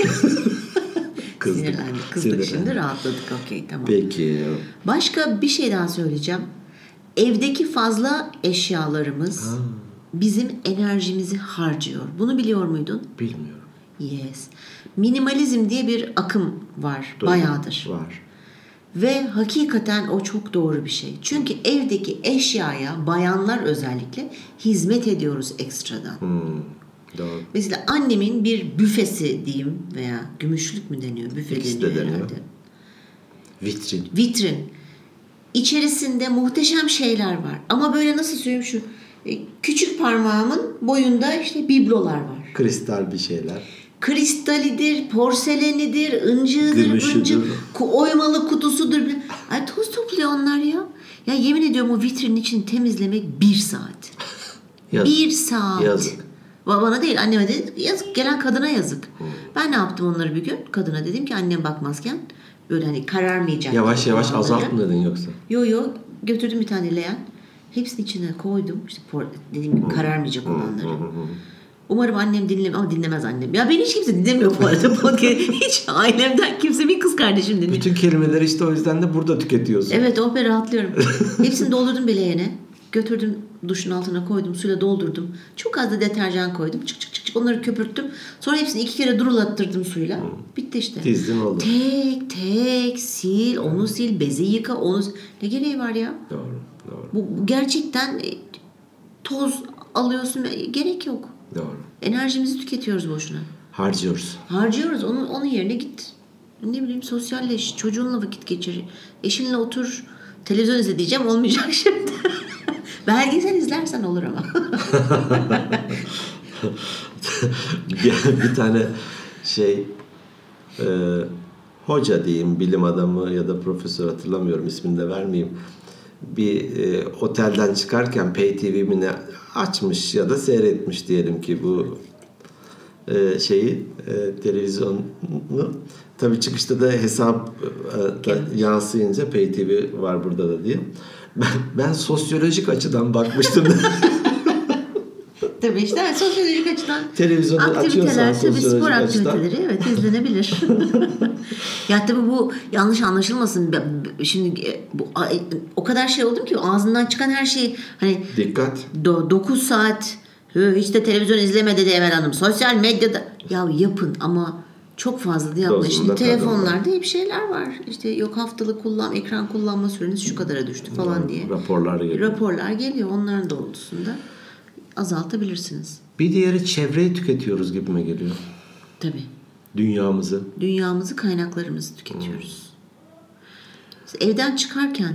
Kızdık. Sinirlendik. Kızdık Sinirlendik. şimdi rahatladık. Okey tamam. Peki. Başka bir şey daha söyleyeceğim. Evdeki fazla eşyalarımız Ha, bizim enerjimizi harcıyor. Bunu biliyor muydun? bilmiyorum. Yes. Minimalizm diye bir akım var. Duydum. Bayağıdır. Var. Ve hakikaten o çok doğru bir şey. Çünkü evdeki eşyaya bayanlar özellikle hizmet ediyoruz ekstradan. Hmm, doğru. Mesela annemin bir büfesi diyeyim veya gümüşlük mü deniyor? Büfe İkisi deniyor de deniyor. herhalde. Vitrin. Vitrin. İçerisinde muhteşem şeyler var. Ama böyle nasıl söyleyeyim şu e, küçük parmağımın boyunda işte biblolar var. Kristal bir şeyler. Kristalidir, porselenidir, ıncığıdır, Gümüşüdür. ıncık, ku- oymalı kutusudur. Ay toz topluyor onlar ya. Ya yemin ediyorum o vitrinin içini temizlemek bir saat. Yazık. Bir saat. Yazık. Ba- Bana değil anneme de yazık, gelen kadına yazık. Ben ne yaptım onları bir gün? Kadına dedim ki annem bakmazken böyle hani kararmayacak. Yavaş yavaş olanları. azalt mı dedin yoksa? Yo yo götürdüm bir tane leğen. Hepsini içine koydum. İşte por- dediğim gibi kararmayacak olanları. Umarım annem dinlem ama dinlemez annem. Ya beni hiç kimse dinlemiyor bu arada podcast. Hiç ailemden kimse, bir kız kardeşim dinliyor. Bütün kelimeleri işte o yüzden de burada tüketiyorsun. Evet oh be rahatlıyorum. Hepsini doldurdum bir leğene. Götürdüm duşun altına koydum. Suyla doldurdum. Çok az da deterjan koydum. Çık çık çık çık onları köpürttüm. Sonra hepsini iki kere durulattırdım suyla. Bitti işte. Dizdin oldu. Tek tek sil, onu sil, bezi yıka, onu sil. Ne gereği var ya? Doğru, doğru. Bu bu gerçekten e, toz alıyorsun. e, Gerek yok. Doğru. Enerjimizi tüketiyoruz boşuna. Harcıyoruz. Harcıyoruz. Onun, onun yerine git. Ne bileyim sosyalleş. Çocuğunla vakit geçir. Eşinle otur. Televizyon izle diyeceğim. Olmayacak şimdi. Belgesel izlersen olur ama. bir, bir tane şey e, hoca diyeyim, bilim adamı ya da profesör, hatırlamıyorum, ismini de vermeyeyim. Bir e, otelden çıkarken Pay T V mi ne açmış ya da seyretmiş diyelim ki bu e, şeyi e, televizyonu. Tabii çıkışta da hesap e, da yansıyınca Pay T V var burada da diye. Ben, ben sosyolojik açıdan bakmıştım. Tabii işte yani sosyolojik açıdan Televizyonu aktiviteler, açıyorsan tabii spor sosyolojik açıdan. aktiviteleri evet izlenebilir. Ya tabii bu yanlış anlaşılmasın. Şimdi bu, o kadar şey oldum ki ağzından çıkan her şeyi hani Dikkat. dokuz saat hiç de televizyon izleme dedi Emel Hanım. Sosyal medyada ya yapın ama çok fazla da yapmayın. Şimdi telefonlarda hep şeyler var. İşte yok haftalık kullan, ekran kullanma süreniz şu kadara düştü falan Doğru. diye. Raporlar geliyor. Raporlar geliyor. Onların doğrultusunda azaltabilirsiniz. Bir diğeri çevreyi tüketiyoruz gibime geliyor. Tabii. Dünyamızı. Dünyamızı, kaynaklarımızı tüketiyoruz. Hmm. Evden çıkarken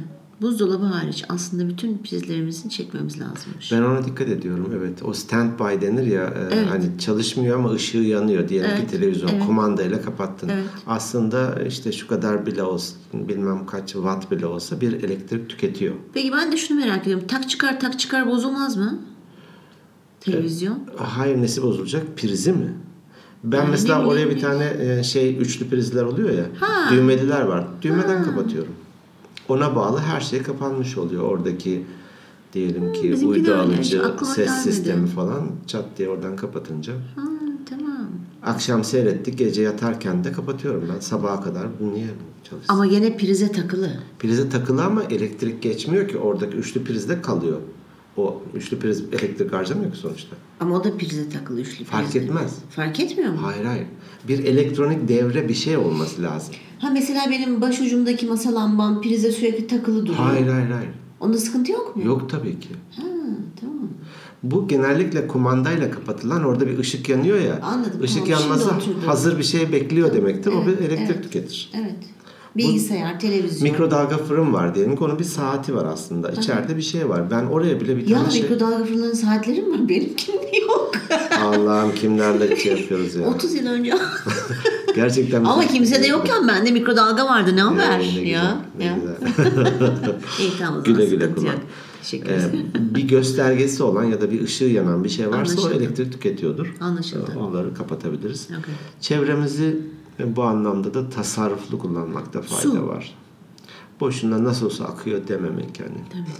Buzdolabı hariç aslında bütün prizlerimizin çekmemiz lazımmış. Ben ona dikkat ediyorum, evet. O standby denir ya, e, Evet. hani çalışmıyor ama ışığı yanıyor diyelim Evet, ki televizyon evet. kumandayla kapattın. Evet. Aslında işte şu kadar bile olsa, bilmem kaç watt bile olsa bir elektrik tüketiyor. Peki ben de şunu merak ediyorum. Tak çıkar tak çıkar bozulmaz mı? Televizyon. Hayır, nesi bozulacak? Prizi mi? Ben Yani mesela ne oraya bileyim, bir tane e, şey üçlü prizler oluyor ya. Ha. Düğmeliler var. Düğmeden Ha. kapatıyorum. Ona bağlı her şey kapanmış oluyor. Oradaki diyelim ki bizimki de uydu öyle. alıcı, Aklıma ses gelmedi. sistemi falan çat diye oradan kapatınca. Ha, tamam. Akşam seyrettik, gece yatarken de kapatıyorum ben. Sabaha kadar bu niye çalışsın? Ama gene prize takılı. Prize takılı ama elektrik geçmiyor ki. Oradaki üçlü prizde kalıyor. O üçlü priz elektrik harcamıyor ki sonuçta. Ama o da prize takılı üçlü Fark prizde. etmez. Fark etmiyor mu? Hayır hayır. Bir elektronik devre bir şey olması lazım. Ha mesela benim başucumdaki masa lambam prize sürekli takılı duruyor. Hayır hayır hayır. Onda sıkıntı yok mu? Yok tabii ki. Ha, tamam. Bu genellikle kumandayla kapatılan, orada bir ışık yanıyor ya. Anladım, Işık tamam. yanmasa Şimdi oturdu. hazır bir şey bekliyor demektir. o Evet, bir elektrik evet. tüketir. Evet. Bilgisayar, televizyon. Mikrodalga fırın var diyelim ki onun bir saati var aslında. İçeride bir şey var. Ben oraya bile bir Ya tane şey... mikrodalga fırınların saatleri mi var? Benimkinde yok. Allah'ım kimlerle şey yapıyoruz ya. otuz yıl önce. Gerçekten. Ama kimse de yokken bende mikrodalga vardı. Ne haber? Ne güzel, Ya. ne ya. güzel. İyi tamam. o zaman Güle güle sıkıntı kullan. yok. Teşekkür Ee, ederim. bir göstergesi olan ya da bir ışığı yanan bir şey varsa Anlaşıldı. o elektrik tüketiyordur. Anlaşıldı. Ee, Onları kapatabiliriz. Okay. Çevremizi bu anlamda da tasarruflu kullanmakta fayda Su. var. Boşuna nasıl olsa akıyor dememek yani.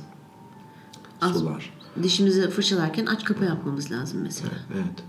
Tabii. Az- Sular. Dişimizi fırçalarken aç kapa yapmamız lazım mesela. Evet.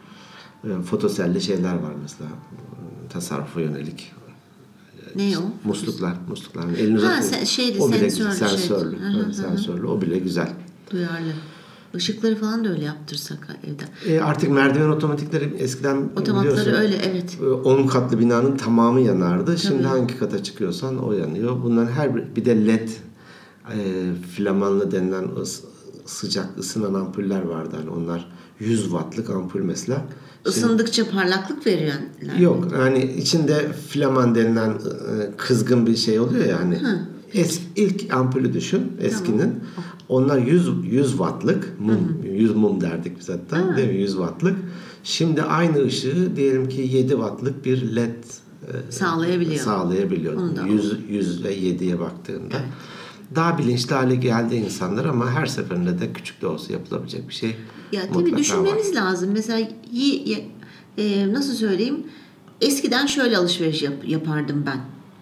Ee, Fotoselli şeyler var mesela. Tasarrufa yönelik. Ne o? Musluklar. Musluklar. Yani elini Ha, uzatın. sen- şeyli, o bile sensörlü güzel. şey. Sensörlü. Hı hı, Evet, sensörlü. O bile güzel. Duyarlı. Işıkları falan da öyle yaptırsak evde. E artık merdiven otomatikleri eskiden Otomatları biliyorsun, öyle, evet. on katlı binanın tamamı yanardı. Şimdi Tabii. hangi kata çıkıyorsan o yanıyor. Bunların her bir, bir de led e, flamanlı denilen ıs- sıcak ısınan ampuller vardı. Hani onlar yüz wattlık ampul mesela. Şimdi- Isındıkça parlaklık veriyorlar. Yok yani içinde flaman denilen e, kızgın bir şey oluyor ya hani. Es, ilk ampulü düşün eskinin. Onlar yüz yüz wattlık mum, yüz mum derdik biz hatta, değil mi? yüz wattlık. Şimdi aynı ışığı diyelim ki yedi wattlık bir led e, Sağlayabiliyor. Sağlayabiliyor. Onu da- yüz yüz ve yediye baktığında. Evet. Daha bilinçli hale geldi insanlar ama her seferinde de küçük de olsa yapılabilecek bir şey Ya mutlaka tabii var. düşünmemiz lazım. Mesela yi- ye- e, nasıl söyleyeyim? Eskiden şöyle alışveriş yap- yapardım ben.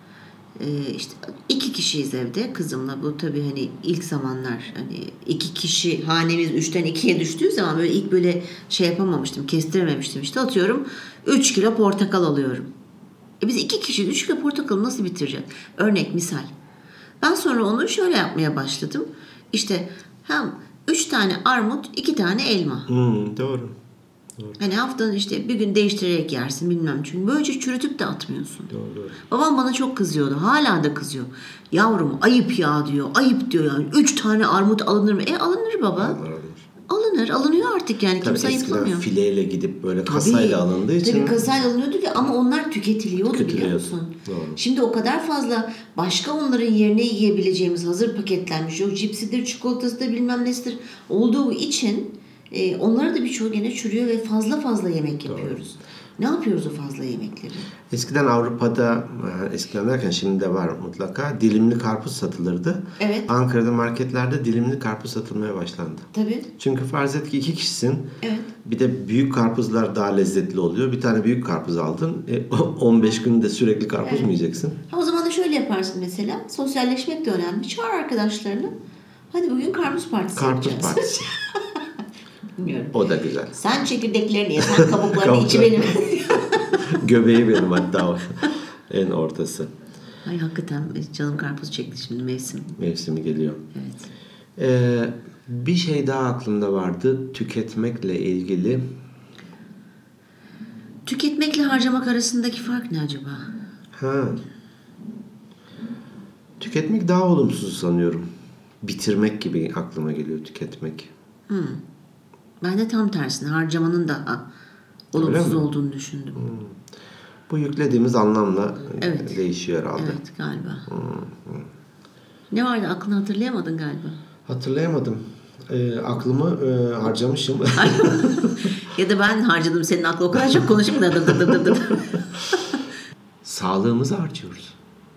E, işte iki kişiyiz evde kızımla. Bu tabii hani ilk zamanlar hani iki kişi hanemiz üçten ikiye düştüğü zaman böyle ilk böyle şey yapamamıştım, kestirememiştim. İşte atıyorum üç kilo portakal alıyorum. E biz iki kişi üç kilo portakalı nasıl bitireceğiz? Örnek misal. Ben sonra onu şöyle yapmaya başladım. İşte hem üç tane armut, iki tane elma. Hmm, doğru. Hani haftanın işte bir gün değiştirerek yersin bilmem. Çünkü böylece çürütüp de atmıyorsun. Doğru, doğru. Babam bana çok kızıyordu. Hala da kızıyor. Yavrum ayıp ya diyor. Ayıp diyor yani. Üç tane armut alınır mı? E alınır baba. Alınır, alınır. Alınır. Alınıyor artık yani. Tabii Kimse eskiden ayıplamıyor. fileyle gidip böyle kasayla alındığı için Tabii kasayla alınıyordu ki ama onlar tüketiliyordu biliyor Tüketiliyordu. musun? Doğru. Şimdi o kadar fazla başka onların yerine yiyebileceğimiz hazır paketlenmiş. Yok cipsidir, çikolatasıdır bilmem nesidir olduğu için e, onlara da birçoğu gene çürüyor ve fazla fazla yemek yapıyoruz. Ne yapıyoruz o fazla yemekleri? eskiden Avrupa'da, e, eskiden derken şimdi de var mutlaka, dilimli karpuz satılırdı. Evet. Ankara'da marketlerde dilimli karpuz satılmaya başlandı. Tabii. Çünkü farz et ki iki kişisin. Evet. Bir de büyük karpuzlar daha lezzetli oluyor. Bir tane büyük karpuz aldın. E, on beş günde sürekli karpuz mu yiyeceksin? Ha, o zaman da şöyle yaparsın mesela. Sosyalleşmek de önemli. Çağır arkadaşlarını. Hadi bugün karpuz partisi Karpuz yapacağız. partisi. Bilmiyorum. O da güzel. Sen çekirdeklerini ye, sen kabuklarını içi Kabuklar. benim. Göbeği benim hatta o. En ortası. Ay hakikaten canım karpuz çekti şimdi mevsim. Mevsimi geliyor. Evet. Ee, bir şey daha aklımda vardı. Tüketmekle ilgili. Tüketmekle harcamak arasındaki fark ne acaba? Ha. Tüketmek daha olumsuz sanıyorum. Bitirmek gibi aklıma geliyor tüketmek. Hmm. Ben de tam tersine harcamanın daha Öyle olumsuz mi? olduğunu düşündüm. Bu yüklediğimiz anlamla Evet. değişiyor herhalde. Evet galiba. Ne vardı? Aklını hatırlayamadın galiba. Hatırlayamadım. E, aklımı e, harcamışım. Ya da ben harcadım. Senin aklı o kadar çok konuşayım da. Dır dır dır dır. Sağlığımızı harcıyoruz.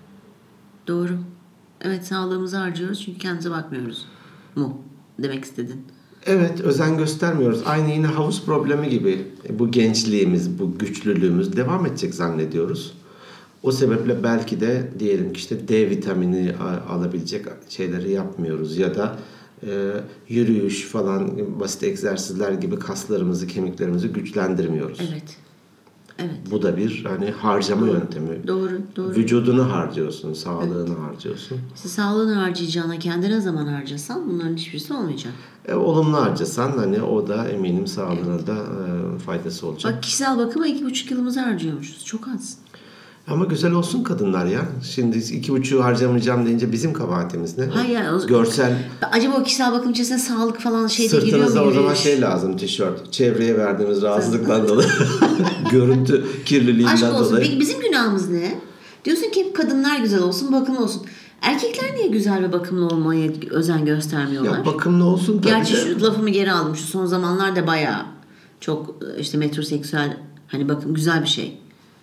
Doğru. Evet, sağlığımızı harcıyoruz çünkü kendimize bakmıyoruz. Mu demek istedin. Evet, özen göstermiyoruz. Aynı yine havuz problemi gibi. Bu gençliğimiz, bu güçlülüğümüz devam edecek zannediyoruz. O sebeple belki de diyelim ki işte D vitamini alabilecek şeyleri yapmıyoruz ya da e, yürüyüş falan, basit egzersizler gibi kaslarımızı, kemiklerimizi güçlendirmiyoruz. Evet. Evet. Bu da bir hani harcama doğru. yöntemi. Doğru, doğru. Vücudunu harcıyorsun, sağlığını evet. harcıyorsun. İşte sağlığını harcayacağına kendine zaman harcasan bunların hiçbirisi olmayacak. E, olumlu harcasan hani o da eminim sağlığına evet. da e, faydası olacak. Bak, kişisel bakıma iki buçuk yılımızı harcıyormuşuz. Çok az. Ama güzel olsun kadınlar ya. Şimdi iki buçuğu harcamayacağım deyince bizim kabahatimiz ne? Hayır. O, Görsel. Acaba o kişisel bakım içerisinde sağlık falan şeyde giriyor mu? Sırtınıza o zaman şey lazım, tişört. Çevreye verdiğimiz rahatsızlıktan dolayı. Görüntü kirliliğinden Aşk olsun. dolayı. Peki bizim günahımız ne? Diyorsun ki hep kadınlar güzel olsun, bakımlı olsun. Erkekler niye güzel ve bakımlı olmaya özen göstermiyorlar? Ya bakımlı olsun tabii. Gerçi de. şu lafımı geri aldım. Şu son zamanlarda bayağı çok işte metroseksüel, hani bakım güzel bir şey.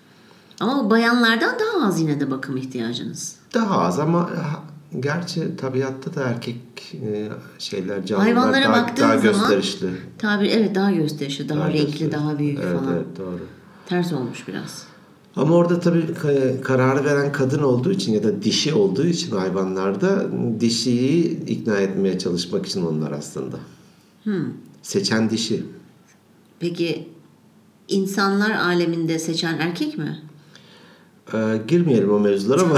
Ama bayanlardan daha az yine de bakım ihtiyacınız. Daha az ama gerçi tabiatta da erkek şeyler, canlılar hayvanlara daha, baktığın daha zaman gösterişli. Tabii evet, daha gösterişli, daha, daha renkli, gösterişli. Daha büyük evet, falan. Evet, doğru. Ters olmuş biraz. Ama orada tabii kararı veren kadın olduğu için ya da dişi olduğu için hayvanlarda dişiyi ikna etmeye çalışmak için onlar aslında. Hmm. Seçen dişi. Peki insanlar aleminde seçen erkek mi? Ee, girmeyelim o mevzulara ama.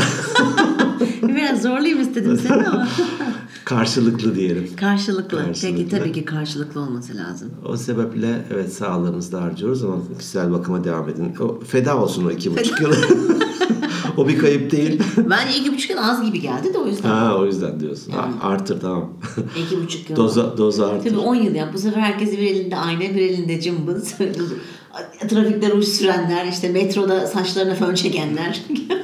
Biraz zorlayayım istedim seni ama. Karşılıklı diyelim. Karşılıklı. Karşılıklı. Peki tabii ki karşılıklı olması lazım. O sebeple evet sağlığımızı da harcıyoruz ama kişisel bakıma devam edin. O, feda olsun o iki buçuk yıl. O bir kayıp değil. Bence iki buçuk yıl az gibi geldi de o yüzden. Ha, o yüzden diyorsun. Yani. Artır tamam. İki buçuk yıl. Doza, doza artır. Tabii on yıl yap. Bu sefer herkes bir elinde ayna, bir elinde cımbız. Trafikte ruj sürenler, işte metroda saçlarına fön çekenler.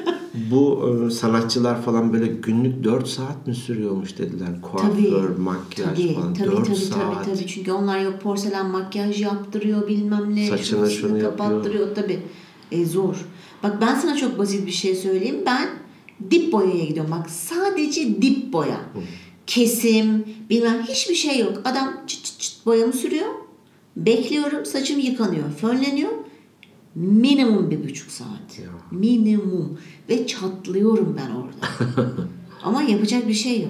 Bu sanatçılar falan böyle günlük dört saat mi sürüyormuş dediler. Kuaför, tabii, makyaj tabii, falan. Tabii dört tabii saat. tabii tabii. Çünkü onlar yok porselen makyaj yaptırıyor, bilmem ne. Saçını şunu kapattırıyor yapıyor. Tabii. E, zor. Bak ben sana çok basit bir şey söyleyeyim. Ben dip boyaya gidiyorum. Bak sadece dip boya. Hı. Kesim, bilmem hiçbir şey yok. Adam çıt çıt çıt boyamı sürüyor. Bekliyorum, saçım yıkanıyor, fönleniyor. Minimum bir buçuk saat. Ya. Minimum. Ve çatlıyorum ben orada. Ama yapacak bir şey yok.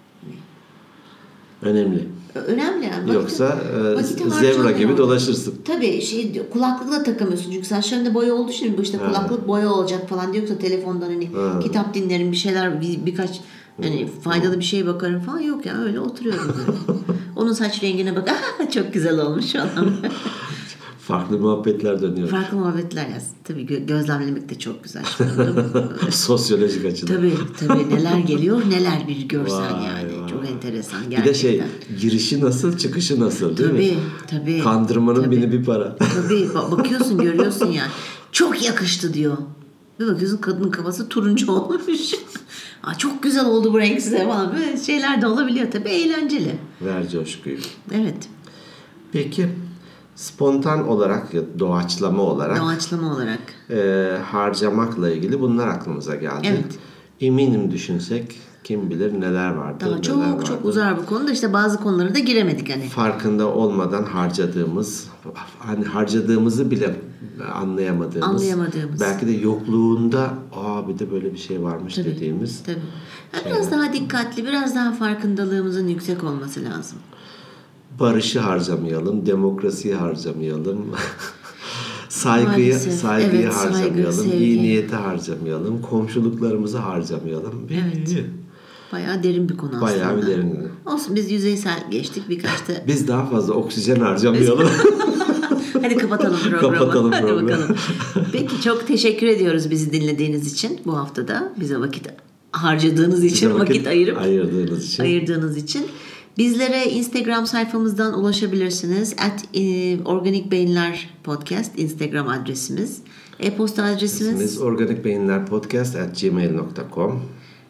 Önemli. Önemli yani. Yoksa e, zebra gibi orada. Dolaşırsın. Tabii şey, kulaklık da takamıyorsun. Çünkü saçlarında boya olduğu için bu işte ha. kulaklık boya olacak falan diyorsa telefondan hani ha. kitap dinlerim, bir şeyler bir, birkaç hani faydalı bir şeye bakarım falan, yok ya, öyle oturuyorum böyle. Onun saç rengine bak. Çok güzel olmuş falan. Farklı muhabbetler dönüyor. Farklı muhabbetler yaz. Tabii gö- gözlemlemek de çok güzel. Sosyolojik açıdan. Tabii tabii, neler geliyor neler bir görsen vay, yani. Vay. Çok enteresan gerçekten. Bir de şey, girişi nasıl, çıkışı nasıl değil tabii, mi? Tabii tabii. Kandırmanın tabii. bini bir para. Tabii bakıyorsun, görüyorsun yani. Çok yakıştı diyor. Bir bakıyorsun kadının kafası turuncu olmuş. Aa, çok güzel oldu bu renk size falan. Böyle şeyler de olabiliyor tabii, eğlenceli. Ver coşkuyu. Evet. Peki. Spontan olarak ya doğaçlama olarak doğaçlama olarak e, harcamakla ilgili bunlar aklımıza geldi. Evet. Eminim düşünsek kim bilir neler vardı. Daha neler çok vardı. çok uzar bu konuda, işte bazı konulara da giremedik hani. Farkında olmadan harcadığımız, hani harcadığımızı bile anlayamadığımız, anlayamadığımız. belki de yokluğunda aa bir de böyle bir şey varmış tabii, dediğimiz. Tabii. Yani biraz daha dikkatli, biraz daha farkındalığımızın yüksek olması lazım. Barışı harcamayalım, demokrasiyi harcamayalım, saygıyı Maalesef. saygıyı evet, harcamayalım, saygı, iyi niyeti harcamayalım, komşuluklarımızı harcamayalım. Evet. Bayağı derin bir konu aslında. Bayağı bir derin. Olsun, biz yüzeysel geçtik birkaç da. Biz daha fazla oksijen harcamayalım. Hadi kapatalım programı. Kapatalım Hadi programı. bakalım. Peki, çok teşekkür ediyoruz bizi dinlediğiniz için bu haftada. Bize vakit harcadığınız için, Bize vakit, vakit ayırıp ayırdığınız için. ayırdığınız için. Bizlere Instagram sayfamızdan ulaşabilirsiniz. At e, Organik Beyinler Podcast Instagram adresimiz. E-posta adresimiz. organik beyinler podcast at gmail nokta com.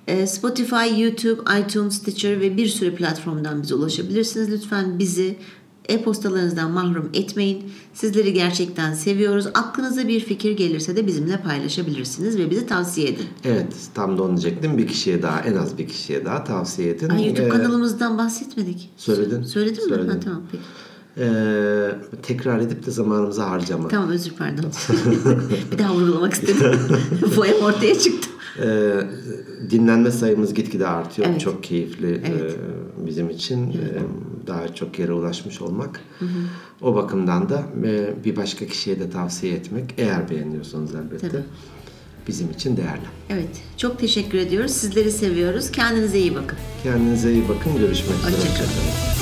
Ee, Spotify, YouTube, iTunes, Stitcher ve bir sürü platformdan bize ulaşabilirsiniz. Lütfen bizi e-postalarınızdan mahrum etmeyin. Sizleri gerçekten seviyoruz. Aklınıza bir fikir gelirse de bizimle paylaşabilirsiniz ve bizi tavsiye edin. Evet, tam da onu diyecektim. Bir kişiye daha, en az bir kişiye daha tavsiye edin. Ay, YouTube Ee, kanalımızdan bahsetmedik. Söyledin. Söyledin mi? Söyledim. Ha, tamam peki. Ee, tekrar edip de zamanımızı harcama. Tamam, özür pardon. Bir daha vurgulamak istedim. Foyam ortaya çıktı. Ee, dinlenme sayımız gitgide artıyor. Evet. Çok keyifli Evet. e, bizim için e, daha çok yere ulaşmış olmak. Hı hı. O bakımdan da e, bir başka kişiye de tavsiye etmek, eğer beğeniyorsanız elbette, Tabii. bizim için değerli. Evet, çok teşekkür ediyoruz. Sizleri seviyoruz. Kendinize iyi bakın. Kendinize iyi bakın. Görüşmek üzere. Hoşça kalın.